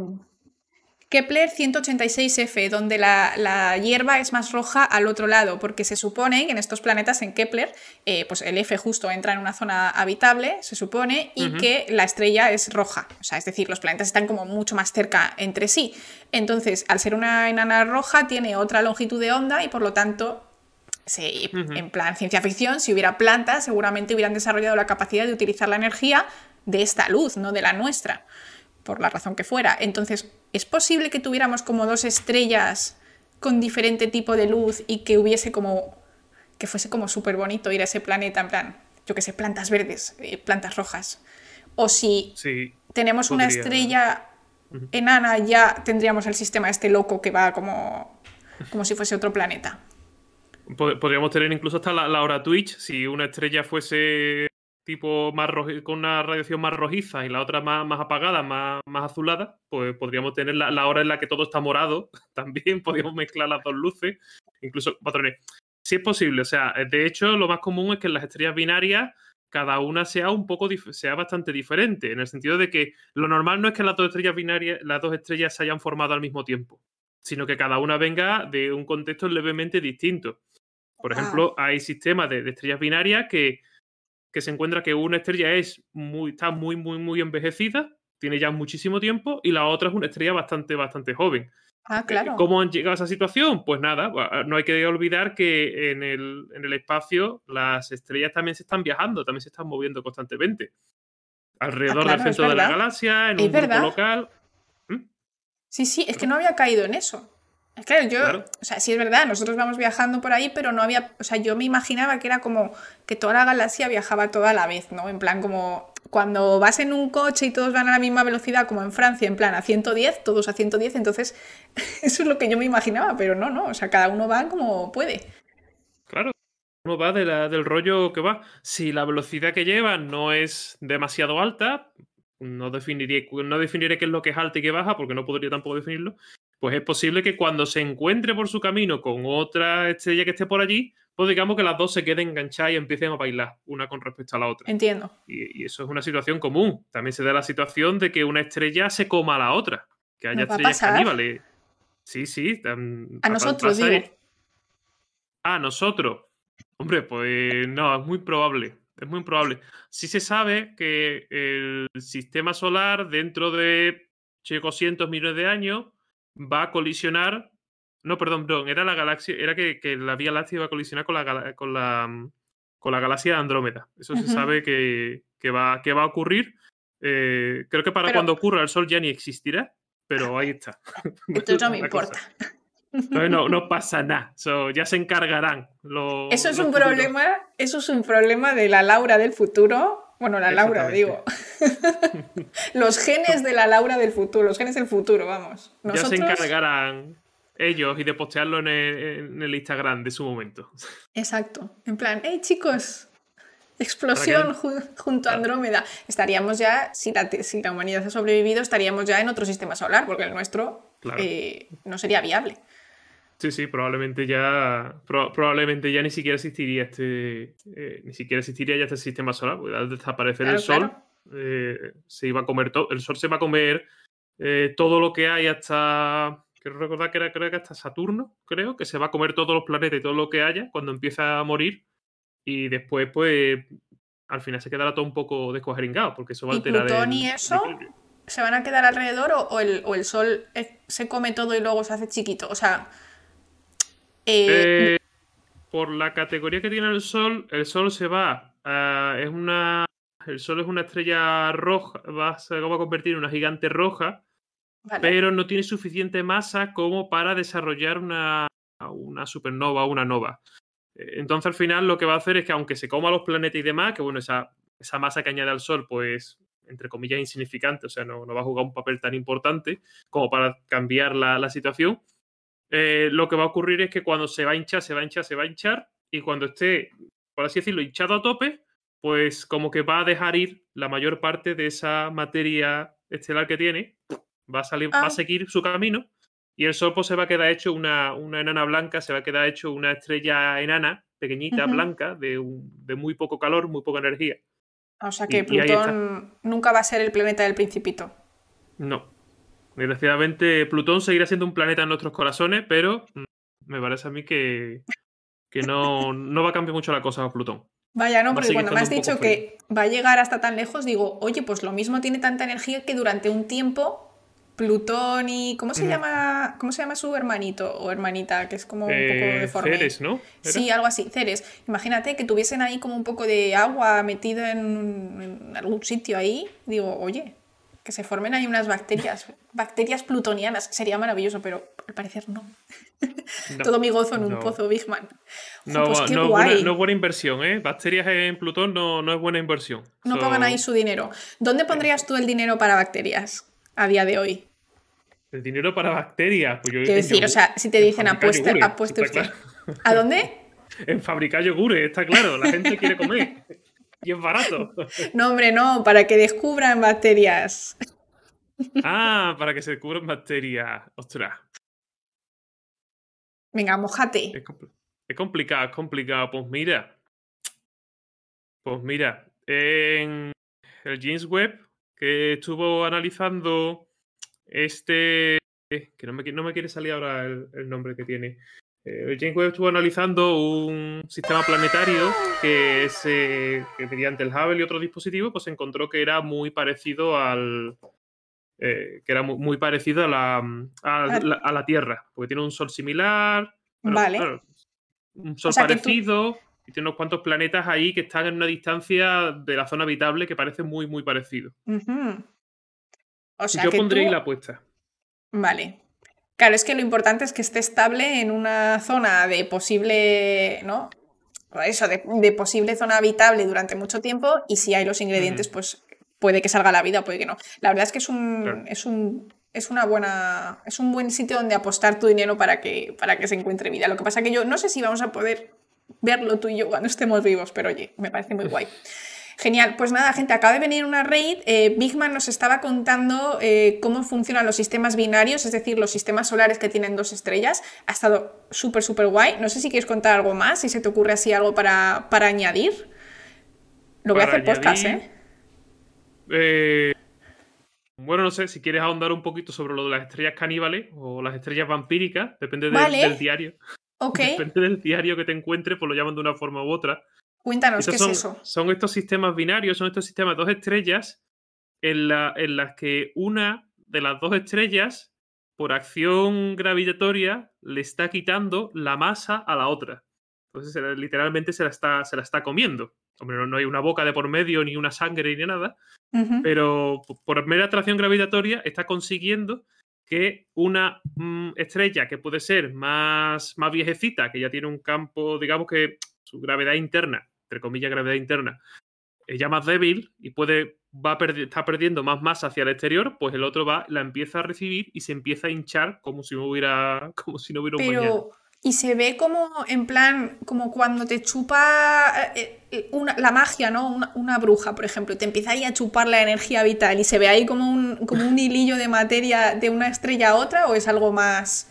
Kepler ciento ochenta y seis f, donde la, la hierba es más roja al otro lado, porque se supone que en estos planetas, en Kepler, eh, pues el F justo entra en una zona habitable, se supone, y Ujú. que la estrella es roja. O sea, es decir, los planetas están como mucho más cerca entre sí. Entonces, al ser una enana roja, tiene otra longitud de onda y por lo tanto, se, Ujú. en plan ciencia ficción, si hubiera plantas, seguramente hubieran desarrollado la capacidad de utilizar la energía de esta luz, no de la nuestra, por la razón que fuera. Entonces, ¿es posible que tuviéramos como dos estrellas con diferente tipo de luz y que hubiese como, que fuese como súper bonito ir a ese planeta, en plan, yo que sé, plantas verdes, eh, plantas rojas? O si Sí, tenemos una podría. estrella Ujú. enana ya tendríamos el sistema este loco que va como, como si fuese otro planeta. Pod- Podríamos tener incluso hasta la, la hora Twitch. Si una estrella fuese tipo más roji- con una radiación más rojiza y la otra más, más apagada, más, más azulada, pues podríamos tener la, la hora en la que todo está morado. También podríamos mezclar las dos luces, incluso patrones. Si es posible, o sea, de hecho, lo más común es que en las estrellas binarias cada una sea un poco dif- sea bastante diferente, en el sentido de que lo normal no es que las dos estrellas binarias, las dos estrellas se hayan formado al mismo tiempo, sino que cada una venga de un contexto levemente distinto. Por Wow. ejemplo, hay sistemas de, de estrellas binarias que, que se encuentra que una estrella es muy, está muy, muy, muy envejecida, tiene ya muchísimo tiempo, y la otra es una estrella bastante, bastante joven. Ah, Eh, claro. ¿Cómo han llegado a esa situación? Pues nada, va- no hay que olvidar que en el, en el espacio las estrellas también se están viajando, también se están moviendo constantemente. Ah, Alrededor del claro, es centro de la verdad. galaxia, en Es un grupo verdad. local. ¿Mm? Sí, sí, es que Claro, no había caído en eso. Es que yo, claro. o sea, sí es verdad, nosotros vamos viajando por ahí, pero no había, o sea, yo me imaginaba que era como que toda la galaxia viajaba toda a la vez, ¿no? En plan, como cuando vas en un coche y todos van a la misma velocidad, como en Francia, en plan a ciento diez, todos a ciento diez, entonces eso es lo que yo me imaginaba, pero no, no, o sea, cada uno va como puede. Claro, uno va de la- del rollo que va. Si la velocidad que llevan no es demasiado alta, no definiría, no definiré qué es lo que es alta y qué baja, porque no podría tampoco definirlo, pues es posible que cuando se encuentre por su camino con otra estrella que esté por allí, pues digamos que las dos se queden enganchadas y empiecen a bailar una con respecto a la otra. Entiendo. Y, y eso es una situación común. También se da la situación de que una estrella se coma a la otra, que haya ¿Nos va a estrellas pasar? caníbales. Sí, sí, tam- A pa- pa- nosotros, pasa. digo. Ah, nosotros. Hombre, pues no, es muy probable. Es muy probable. Sí se sabe que el sistema solar dentro de ochocientos millones de años va a colisionar. No, perdón, perdón, era la galaxia, era que, que la Vía Láctea iba a colisionar con la, gala- con la, mm, con la galaxia de Andrómeda. Eso se Ujú. sabe que, que va, que va a ocurrir. Eh, creo que para Pero cuando ocurra el Sol ya ni existirá, pero ahí está. entonces no me la, la importa. cosa. Entonces no, no pasa nada. So, ya se encargarán Eso los, es los un futuros. problema, eso es un problema de la Laura del futuro. Bueno, la Laura, digo. Exactamente. Los genes So, de la Laura del futuro, los genes del futuro, vamos. ya se Nosotros, encargarán ellos y de postearlo en el, en el Instagram de su momento. exacto. En plan, hey chicos, Para que explosión hayan. ju- junto a Claro, Andrómeda. Estaríamos ya, si la, te- si la humanidad ha sobrevivido, estaríamos ya en otro sistema solar, porque el nuestro claro. eh, no sería viable. Sí, sí, probablemente ya. pro- probablemente ya ni siquiera existiría este. Eh, ni siquiera existiría ya este sistema solar. Porque al desaparecer el Claro, claro. Sol, eh, se iba a comer todo. El Sol se va a comer eh, todo lo que hay hasta. Quiero recordar que era, creo que hasta Saturno, creo, que se va a comer todos los planetas y todo lo que haya cuando empieza a morir. Y después, pues, al final se quedará todo un poco descuajeringado, porque eso va a ¿Y alterar Plutón y el, el eso equilibrio. se van a quedar alrededor o, o el, o el Sol eh, se come todo y luego se hace chiquito? O sea, eh, Eh, por la categoría que tiene el Sol, el Sol se va a- es una. El Sol es una estrella roja, va, se va a convertir en una gigante roja, vale. pero no tiene suficiente masa como para desarrollar una, una supernova o una nova. Eh, Entonces, al final, lo que va a hacer es que, aunque se coma los planetas y demás, que bueno, esa, esa masa que añade al Sol, pues, entre comillas, insignificante, o sea, no, no va a jugar un papel tan importante como para cambiar la, la situación. Eh, lo que va a ocurrir es que cuando se va a hinchar, se va a hinchar, se va a hinchar, y cuando esté, por así decirlo, hinchado a tope, pues como que va a dejar ir la mayor parte de esa materia estelar que tiene, va a salir, va a Ah, seguir su camino, y el Sol pues, se va a quedar hecho una, una enana blanca, se va a quedar hecho una estrella enana, pequeñita, ujú. blanca, de, un- de muy poco calor, muy poca energía. O sea que Y, y ahí está. Plutón nunca va a ser el planeta del Principito. No. Desgraciadamente, Plutón seguirá siendo un planeta en nuestros corazones, pero mm, me parece a mí que, que no, no va a cambiar mucho la cosa a Plutón. Vaya, no, Va a porque seguir cuando me estando has un poco dicho frío. que va a llegar hasta tan lejos, digo, oye, pues lo mismo tiene tanta energía que durante un tiempo Plutón y... ¿Cómo se Ujú. llama, cómo se llama su hermanito o hermanita, que es como un poco Eh, deforme? Ceres, ¿no? Sí, ¿Era? algo así, Ceres. Imagínate que tuviesen ahí como un poco de agua metida en, en algún sitio ahí. Digo, oye, que se formen ahí unas bacterias, bacterias plutonianas. Sería maravilloso, pero al parecer no. No, Todo mi gozo en un no. pozo, Big Man. Jo, pues No, qué no es buena, no guay. es buena inversión, ¿eh? Bacterias en Plutón no, no es buena inversión. No pongan ahí So, su dinero. ¿Dónde eso. pondrías tú el dinero para bacterias a día de hoy? El dinero para bacterias. Pues yo Quiero en decir, yogur, o sea, si te en dicen fabricar apueste, yogures, apueste está usted. claro. ¿A dónde? En fabricar yogures, está claro. La gente quiere comer. Y es barato. No, hombre, no, para que descubran bacterias. Ah, para que se cubran bacterias. Ostras. Venga, Es, mojate. compl- es complicado, es complicado. Pues mira, pues mira, en el James Webb, que estuvo analizando este, que no me, qui- no me quiere salir ahora el, el nombre que tiene. Eh, el James Webb estuvo analizando un sistema planetario que, se, que mediante el Hubble y otros dispositivos, pues encontró que era muy parecido al, eh, que era mu- muy, parecido a la, a, Ah, la, a la Tierra, porque tiene un sol similar, bueno, vale. claro, un O sol sea que tú. parecido y tiene unos cuantos planetas ahí que están en una distancia de la zona habitable que parece muy, muy parecido. Ujú. O sea Yo que pondría ahí tú. la apuesta. Vale. Claro, es que lo importante es que esté estable en una zona de posible, ¿no? Eso, de, de posible zona habitable durante mucho tiempo y si hay los ingredientes, Ujú, pues puede que salga a la vida, puede que no. La verdad es que es un, claro. es un, es una buena, es un buen sitio donde apostar tu dinero para que, para que se encuentre vida. Lo que pasa que yo no sé si vamos a poder verlo tú y yo cuando estemos vivos, pero oye, me parece muy guay. Genial, pues nada, gente, acaba de venir una raid. Eh, Bigman nos estaba contando eh, cómo funcionan los sistemas binarios, es decir, los sistemas solares que tienen dos estrellas. Ha estado súper, súper guay. No sé si quieres contar algo más, si se te ocurre así algo para, para añadir. Lo voy a Para hacer podcast, añadir, ¿eh? eh, bueno, no sé, si quieres ahondar un poquito sobre lo de las estrellas caníbales o las estrellas vampíricas, depende del, Vale, del diario. ok. Depende del diario que te encuentres, pues lo llaman de una forma u otra. Cuéntanos, ¿qué Estos es son, eso? son estos sistemas binarios, son estos sistemas de dos estrellas en, la, en las que una de las dos estrellas, por acción gravitatoria, le está quitando la masa a la otra. Entonces, se la- literalmente se la está, se la está comiendo. Hombre, no, no hay una boca de por medio, ni una sangre, ni nada, Ujú. pero p- por mera atracción gravitatoria está consiguiendo que una mm, estrella que puede ser más, más viejecita, que ya tiene un campo, digamos que su gravedad interna, entre comillas gravedad interna, es ya más débil y puede va perdi- está perdiendo más masa hacia el exterior, pues el otro va, la empieza a recibir y se empieza a hinchar como si no hubiera, como si no hubiera un mañana. Pero, y se ve como, en plan, como cuando te chupa eh, eh, una- la magia, ¿no? Una, una bruja, por ejemplo, y te empieza ahí a chupar la energía vital y se ve ahí como un, como un hilillo de materia de una estrella a otra, o es algo más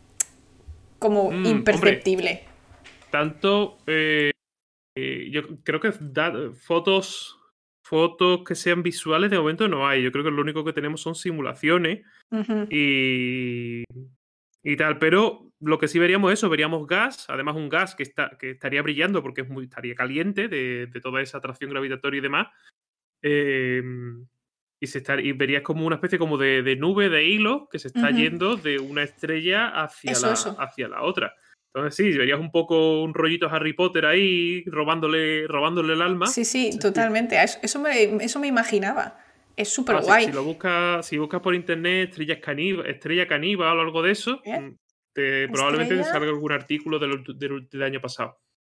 como Mm, hombre, imperceptible. tanto eh, eh, yo creo que da- fotos, fotos que sean visuales de momento no hay. Yo creo que lo único que tenemos son simulaciones Ujú, y, y tal. Pero lo que sí veríamos es eso, veríamos gas, además un gas que, está, que estaría brillando porque es muy, estaría caliente de, de toda esa atracción gravitatoria y demás. eh, y, se estar, y verías como una especie como de, de nube de hilo que se está ujú. yendo de una estrella hacia Eso, la, eso. hacia la otra. Entonces sí, verías un poco un rollito Harry Potter ahí robándole, robándole el alma. Sí, sí, totalmente. a Eso, eso me, eso me imaginaba. Es súper Ahora, si, guay. si lo buscas, si buscas por internet estrellas caníbal, estrella caníbal o algo de eso, ¿Eh? mm, te, probablemente te Estrella salga algún artículo del, del, del año pasado.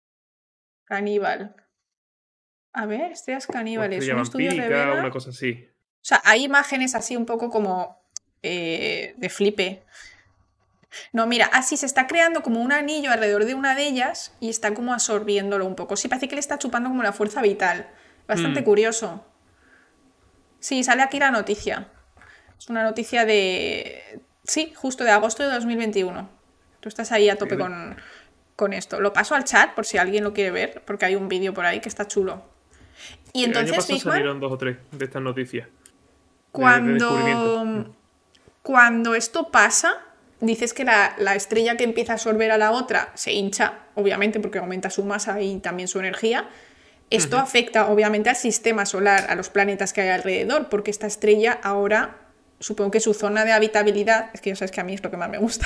caníbal. A ver, estrellas O caníbales. estrella Un estudio vampírica, revela. una cosa así. O sea, hay imágenes así un poco como eh, de flipe. No, mira, así se está creando como un anillo alrededor de una de ellas y está como absorbiéndolo un poco. Sí, parece que le está chupando como la fuerza vital. Bastante Hmm, curioso. Sí, sale aquí la noticia. Es una noticia de. Sí, justo de agosto de dos mil veintiuno. Tú estás ahí a tope el, con, con esto. Lo paso al chat por si alguien lo quiere ver, porque hay un vídeo por ahí que está chulo. Y el año entonces, pasado Bigman, salieron dos o tres de estas noticias de, de descubrimiento. Hmm. cuando, cuando esto pasa, dices que la, la estrella que empieza a absorber a la otra se hincha, obviamente, porque aumenta su masa y también su energía. Esto Ujú. afecta, obviamente, al sistema solar, a los planetas que hay alrededor, porque esta estrella ahora, supongo que su zona de habitabilidad, es que ya sabes que a mí es lo que más me gusta,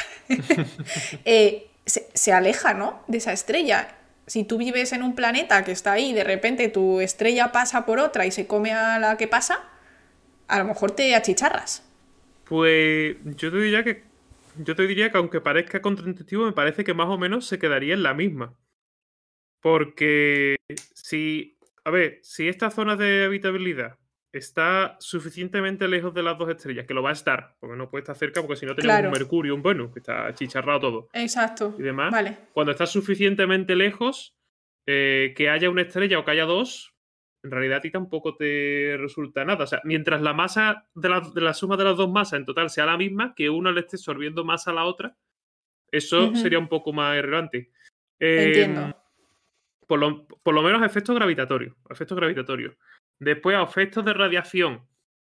eh, se, se aleja, ¿no? De esa estrella. Si tú vives en un planeta que está ahí y de repente tu estrella pasa por otra y se come a la que pasa, a lo mejor te achicharras. Pues yo te diría que yo te diría que aunque parezca contraintuitivo, me parece que más o menos se quedaría en la misma. Porque si, a ver, si esta zona de habitabilidad está suficientemente lejos de las dos estrellas, que lo va a estar, porque no puede estar cerca, porque si no tenemos un Claro, Mercurio, un Venus, que está chicharrado todo y exacto. demás. Vale. Cuando está suficientemente lejos, eh, que haya una estrella o que haya dos, en realidad a ti tampoco te resulta nada. O sea, mientras la masa de la, de la suma de las dos masas en total sea la misma, que una le esté absorbiendo más a la otra, eso sería Ujú. un poco más irrelevante. Em, Entiendo. por, lo, por lo menos efectos gravitatorios. Efectos gravitatorios. Después, a efectos de radiación.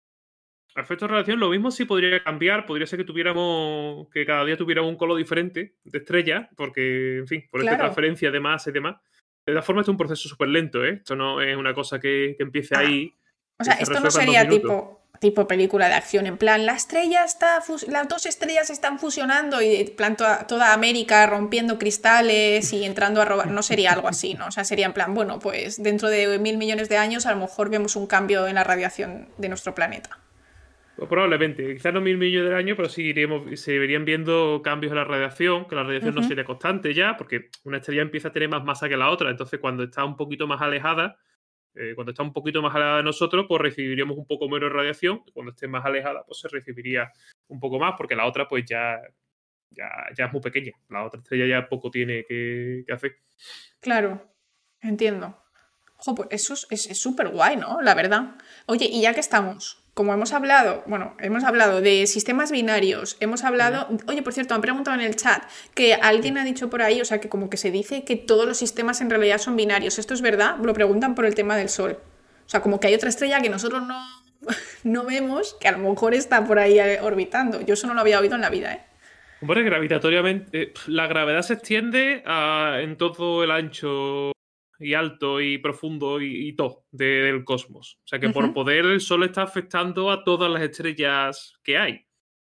A efectos de radiación, lo mismo sí podría cambiar. Podría ser que tuviéramos. Que cada día tuviéramos un color diferente de estrella. Porque, en fin, por esta Claro. transferencia de masa y demás. De todas formas, esto es un proceso súper lento, ¿eh? Esto no es una cosa que, que empiece Ah, ahí o y sea, se esto no resuelva en dos sería minutos. tipo, tipo película de acción, en plan, la estrella está, fus- las dos estrellas están fusionando y en plan toda, toda América rompiendo cristales y entrando a robar. No sería algo así, ¿no? O sea, sería en plan, bueno, pues dentro de mil millones de años a lo mejor vemos un cambio en la radiación de nuestro planeta. Pues probablemente, quizás no mil millones de años, pero sí iríamos, se verían viendo cambios en la radiación, que la radiación no Ujú. sería constante ya, porque una estrella empieza a tener más masa que la otra. Entonces, cuando está un poquito más alejada, eh, cuando está un poquito más alejada de nosotros, pues recibiríamos un poco menos radiación. Cuando esté más alejada, pues se recibiría un poco más, porque la otra, pues ya, ya, ya es muy pequeña. La otra estrella ya poco tiene que, que hacer. Claro, entiendo. Jo, pues eso es es- es súper guay, ¿no? La verdad. Oye, y ya que estamos, como hemos hablado, bueno, hemos hablado de sistemas binarios, hemos Ujú, hablado, oye, por cierto, me han preguntado en el chat que sí. alguien ha dicho por ahí, o sea, que como que se dice que todos los sistemas en realidad son binarios. ¿Esto es verdad? Lo preguntan por el tema del Sol. O sea, como que hay otra estrella que nosotros no, no vemos, que a lo mejor está por ahí eh, orbitando. Yo eso no lo había oído en la vida, ¿eh? Hombre, gravitatoriamente, eh, pf, la gravedad se extiende a- en todo el ancho y alto y profundo y, y todo de- del cosmos. O sea que por Ujú. poder el Sol está afectando a todas las estrellas que hay.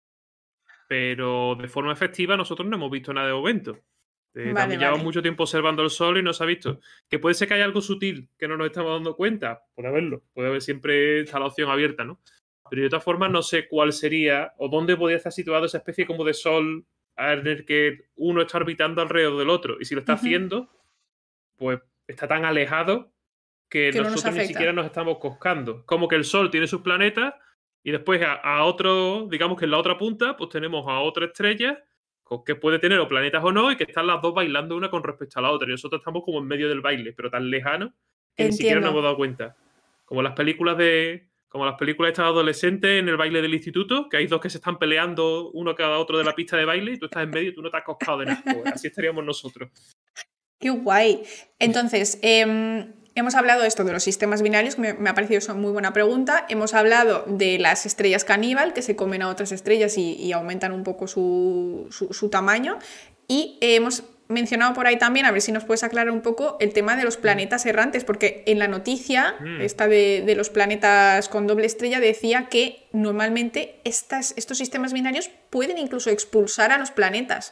Pero de forma efectiva nosotros no hemos visto nada de momento. Eh, Vale, también llevamos vale. mucho tiempo observando el Sol y no se ha visto. Que puede ser que haya algo sutil que no nos estamos dando cuenta. Puede haberlo. Puede haber siempre está la opción abierta, ¿no? Pero de todas formas no sé cuál sería o dónde podría estar situado esa especie como de Sol en el que uno está orbitando alrededor del otro. Y si lo está Ujú. haciendo, pues está tan alejado que Que no nos nosotros ni afecta. siquiera nos estamos coscando. Como que el Sol tiene sus planetas y después a, a otro, digamos que en la otra punta, pues tenemos a otra estrella co- que puede tener o planetas o no y que están las dos bailando una con respecto a la otra. Y nosotros estamos como en medio del baile, pero tan lejano que ni siquiera nos Entiendo. hemos dado cuenta. Como las películas de. Como las películas de estos adolescentes en el baile del instituto, que hay dos que se están peleando uno cada otro de la pista de baile y tú estás en medio y tú no te has coscado de nada. Pues así estaríamos nosotros. Qué guay. Entonces, em, hemos hablado de esto de los sistemas binarios, que me, me ha parecido eso muy buena pregunta. Hemos hablado de las estrellas caníbal, que se comen a otras estrellas y, y aumentan un poco su, su- su tamaño. Y hemos mencionado por ahí también, a ver si nos puedes aclarar un poco, el tema de los Mm, planetas errantes, porque en la noticia, mm. esta de, de los planetas con doble estrella, decía que normalmente estas, estos sistemas binarios pueden incluso expulsar a los planetas.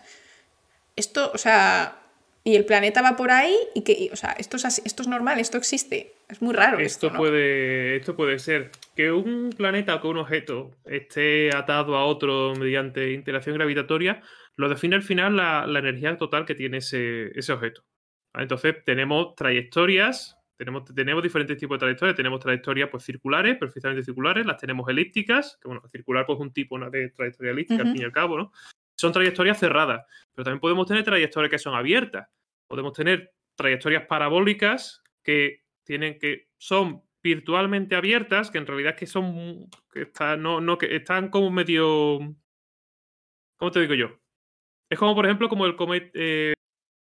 Esto, o sea, y el planeta va por ahí y que, y, o sea, esto es, así- esto es normal, esto existe. Es muy raro esto, Esto ¿no? puede, esto puede ser que un planeta o que un objeto esté atado a otro mediante interacción gravitatoria, lo define al final la, la energía total que tiene ese, ese objeto. ¿Vale? Entonces tenemos trayectorias, tenemos, tenemos diferentes tipos de trayectorias, tenemos trayectorias pues, circulares, perfectamente circulares, las tenemos elípticas, que bueno, circular pues, es un tipo ¿no? de trayectoria elíptica al Ujú. fin y al cabo, ¿no? Son trayectorias cerradas, pero también podemos tener trayectorias que son abiertas. Podemos tener trayectorias parabólicas que tienen que son virtualmente abiertas, que en realidad es que son que están, no, no, que están como medio. ¿Cómo te digo yo? Es como, por ejemplo, como el comet. eh,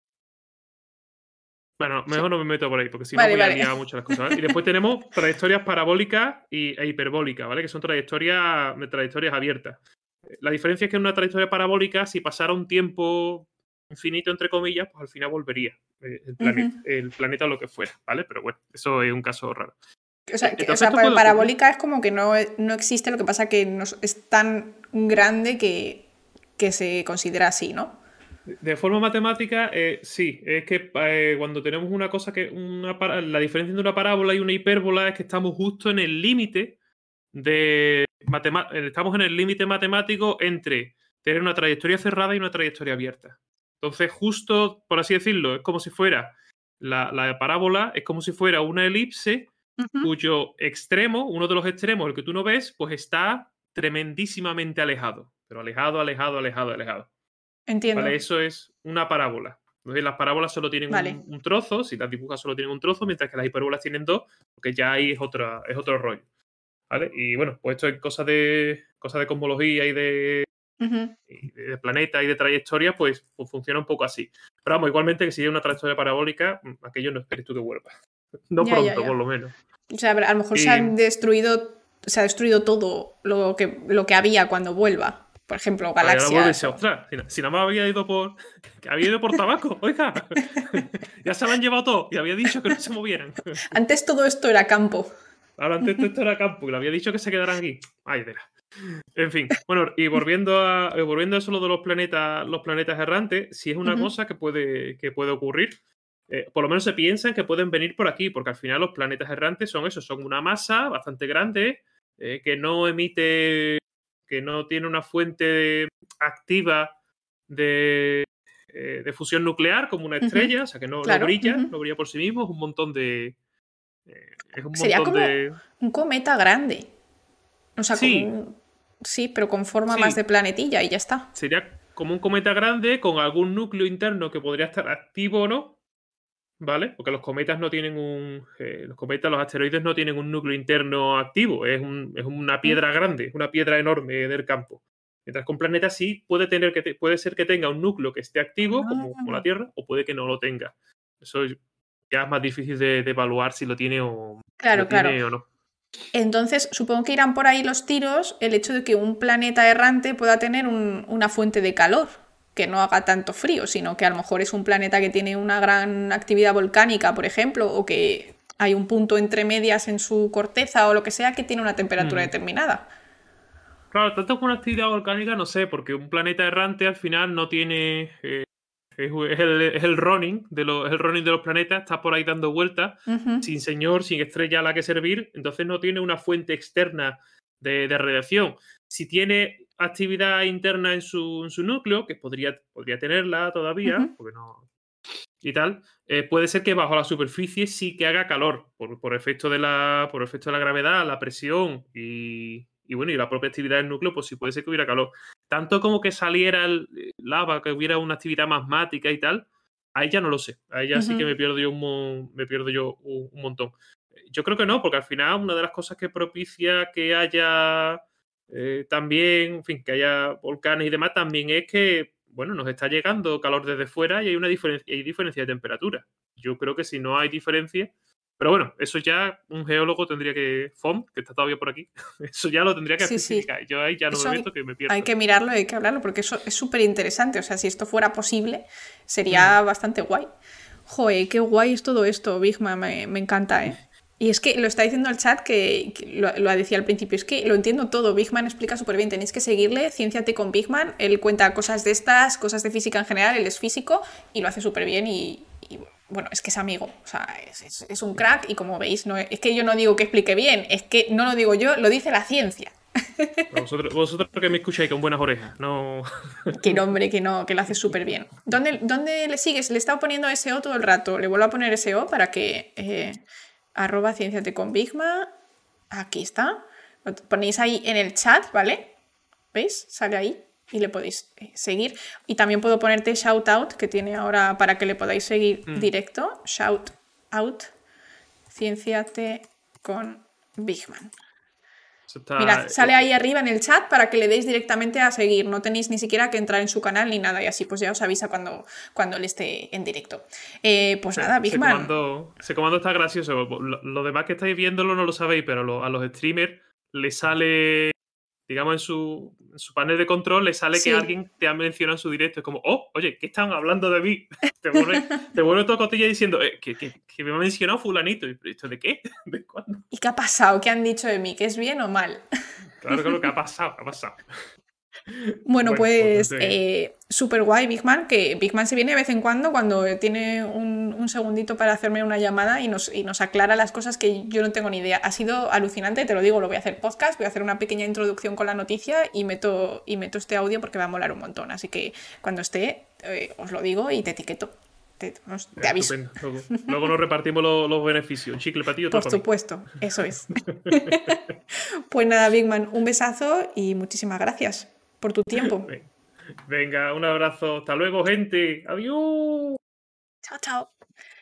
bueno, Sí. mejor no me meto por ahí, porque si no Vale, voy a vale. liar mucho las cosas, ¿vale? Y después tenemos trayectorias parabólicas y, e hiperbólicas, ¿vale? Que son trayectorias, trayectorias abiertas. La diferencia es que en una trayectoria parabólica, si pasara un tiempo infinito, entre comillas, pues al final volvería eh, el planeta, Ujú. el planeta o lo que fuera, ¿vale? Pero bueno, eso es un caso raro. O E- sea, que- o Entonces sea, esto pa- puede ocurrir. parabólica es como que no, no existe, lo que pasa que no- es tan grande que, que se considera así, ¿no? De forma matemática, eh, sí. Es que eh, cuando tenemos una cosa que. Una para- la diferencia entre una parábola y una hipérbola es que estamos justo en el límite de. matema- eh, estamos en el límite matemático entre tener una trayectoria cerrada y una trayectoria abierta. Entonces, justo, por así decirlo, es como si fuera. La, la parábola es como si fuera una elipse Ujú. cuyo extremo, uno de los extremos, el que tú no ves, pues está tremendísimamente alejado. Pero alejado, alejado, alejado, alejado. Entiendo. ¿Vale? Eso es una parábola. Entonces, las parábolas solo tienen Vale. un, un trozo, si las dibujas solo tienen un trozo, mientras que las hipérbolas tienen dos, porque ya ahí es, otra, es otro rollo. ¿Vale? Y bueno, pues esto es cosa de, cosas de cosmología y de, Ujú. y de planeta y de trayectoria, pues, pues funciona un poco así. Pero vamos, igualmente que si hay una trayectoria parabólica, mm, aquello no esperes tú que vuelva. No Ya, ya, pronto, ya. por lo menos. O sea, a lo mejor se Y han destruido, se ha destruido todo lo que, lo que había cuando vuelva. Por ejemplo, ahí ahora vuelve y galaxias dice, o... ostras, si, na- si nada más había ido por. Que había ido por tabaco, oiga. Ya se lo han llevado todo y había dicho que no se movieran. Antes todo esto era campo. Ahora antes todo esto era campo y le había dicho que se quedaran aquí. Ay, verá. En fin, bueno, y volviendo a, eh, volviendo a eso lo de los planetas, los planetas errantes, sí es una Ujú. cosa que puede, que puede ocurrir. Eh, por lo menos se piensan que pueden venir por aquí, porque al final los planetas errantes son eso, son una masa bastante grande, eh, que no emite, que no tiene una fuente activa de, eh, de fusión nuclear como una Ujú. estrella, o sea que no, no Claro. brilla, Ujú. no brilla por sí mismo, es un montón de, eh, es un Sería montón como de. un cometa grande. O sea, como Sí, un... Sí, pero con forma más de sí, planetilla y ya está. sería como un cometa grande con algún núcleo interno que podría estar activo o no, ¿vale? Porque los cometas no tienen un. Eh, los cometas, los asteroides no tienen un núcleo interno activo, es, un- es una Mm. piedra grande, es una piedra enorme del campo. Mientras que un planeta sí puede, tener que te- puede ser que tenga un núcleo que esté activo, como, como la Ah. Tierra, o puede que no lo tenga. Eso ya es más difícil de, de evaluar si lo tiene o, si lo Claro, claro. tiene o no. Entonces, supongo que irán por ahí los tiros el hecho de que un planeta errante pueda tener un- una fuente de calor, que no haga tanto frío, sino que a lo mejor es un planeta que tiene una gran actividad volcánica, por ejemplo, o que hay un punto entre medias en su corteza o lo que sea que tiene una temperatura Mm. determinada. Claro, tanto con una actividad volcánica, no sé, porque un planeta errante al final no tiene. eh, es, es el, es el running de los, es el running de los planetas, está por ahí dando vueltas, Ujú. sin señor, sin estrella a la que servir, entonces no tiene una fuente externa de, de radiación. Si tiene actividad interna en su, en su núcleo, que podría, podría tenerla todavía, Ujú. porque no. Y tal, eh, puede ser que bajo la superficie sí que haga calor, por, por efecto de la, por efecto de la gravedad, la presión y, y bueno, y la propia actividad del núcleo, pues sí puede ser que hubiera calor. Tanto como que saliera el, eh, lava, que hubiera una actividad magmática y tal, ahí ya no lo sé. Ahí ya sí que Ujú. me pierdo yo un, mon- me pierdo yo un, un montón. Eh, Yo creo que no, porque al final una de las cosas que propicia que haya eh, también, en fin, que haya volcanes y demás, también es que, bueno, nos está llegando calor desde fuera y hay una diferencia, hay diferencia de temperatura. Yo creo que si no hay diferencia, pero bueno, eso ya un geólogo tendría que, Font, que está todavía por aquí, eso ya lo tendría que Sí, sí. especificar. Yo ahí ya no me Eso meto, hay, que me hay pierdo. que mirarlo, hay que hablarlo, porque eso es súper interesante. O sea, si esto fuera posible, Mm. sería bastante guay. Joder, qué guay es todo esto, Bigma, me, me encanta, ¿eh? Y es que lo está diciendo el chat que, que lo, lo decía al principio, es que lo entiendo todo, Bigman explica súper bien, tenéis que seguirle, Cienciate con Bigman, él cuenta cosas de estas, cosas de física en general, él es físico y lo hace súper bien y, y, bueno, es que es amigo, o sea, es, es, es un crack y como veis, no, es que yo no digo que explique bien, es que no lo digo yo, lo dice la ciencia. Vosotros, vosotros que me escucháis con buenas orejas, no. Que nombre, que no, que lo hace súper bien. ¿Dónde, ¿Dónde le sigues? Le he estado poniendo S O todo el rato. Le vuelvo a poner S O para que eh, arroba cienciate con Bigma. Aquí está. Lo ponéis ahí en el chat, ¿vale? ¿Veis? Sale ahí y le podéis eh, seguir. Y también puedo ponerte shout out, que tiene ahora para que le podáis seguir Mm. directo. Shout out, cienciate con Bigman. Eso Mirad, está. sale eh, ahí eh, arriba en el chat para que le deis directamente a seguir. No tenéis ni siquiera que entrar en su canal ni nada y así pues ya os avisa cuando, cuando él esté en directo. Eh, pues ese, nada, ese Bigman. comando, ese comando está gracioso. Lo, lo demás que estáis viéndolo no lo sabéis, pero lo- a los streamers les sale, digamos, en su, en su panel de control, le sale que Sí, alguien te ha mencionado en su directo. Es como, oh, oye, ¿qué están hablando de mí? Te vuelve, te vuelve todo cotilla diciendo, eh, que, que, que me ha mencionado fulanito. ¿Y esto de qué? ¿De cuándo? ¿y qué ha pasado? ¿Qué han dicho de mí? ¿Que es bien o mal? Claro, claro, ¿qué ha pasado? ¿Qué ha pasado? Bueno, Bueno, pues pues entonces, eh, súper guay Bigman, que Bigman se viene de vez en cuando cuando tiene un, un segundito para hacerme una llamada y nos, y nos aclara las cosas que yo no tengo ni idea. Ha sido alucinante, te lo digo, lo voy a hacer podcast, voy a hacer una pequeña introducción con la noticia y meto, y meto este audio porque va a molar un montón. Así que cuando esté, eh, os lo digo y te etiqueto. te, nos- te aviso. Estupendo. Luego, luego nos repartimos los, los beneficios. Un chicle para ti y otro Por para mí. supuesto, eso es. Pues nada, Big Man, un besazo y muchísimas gracias por tu tiempo. Venga, un abrazo. Hasta luego, gente. Adiós. Chao, chao.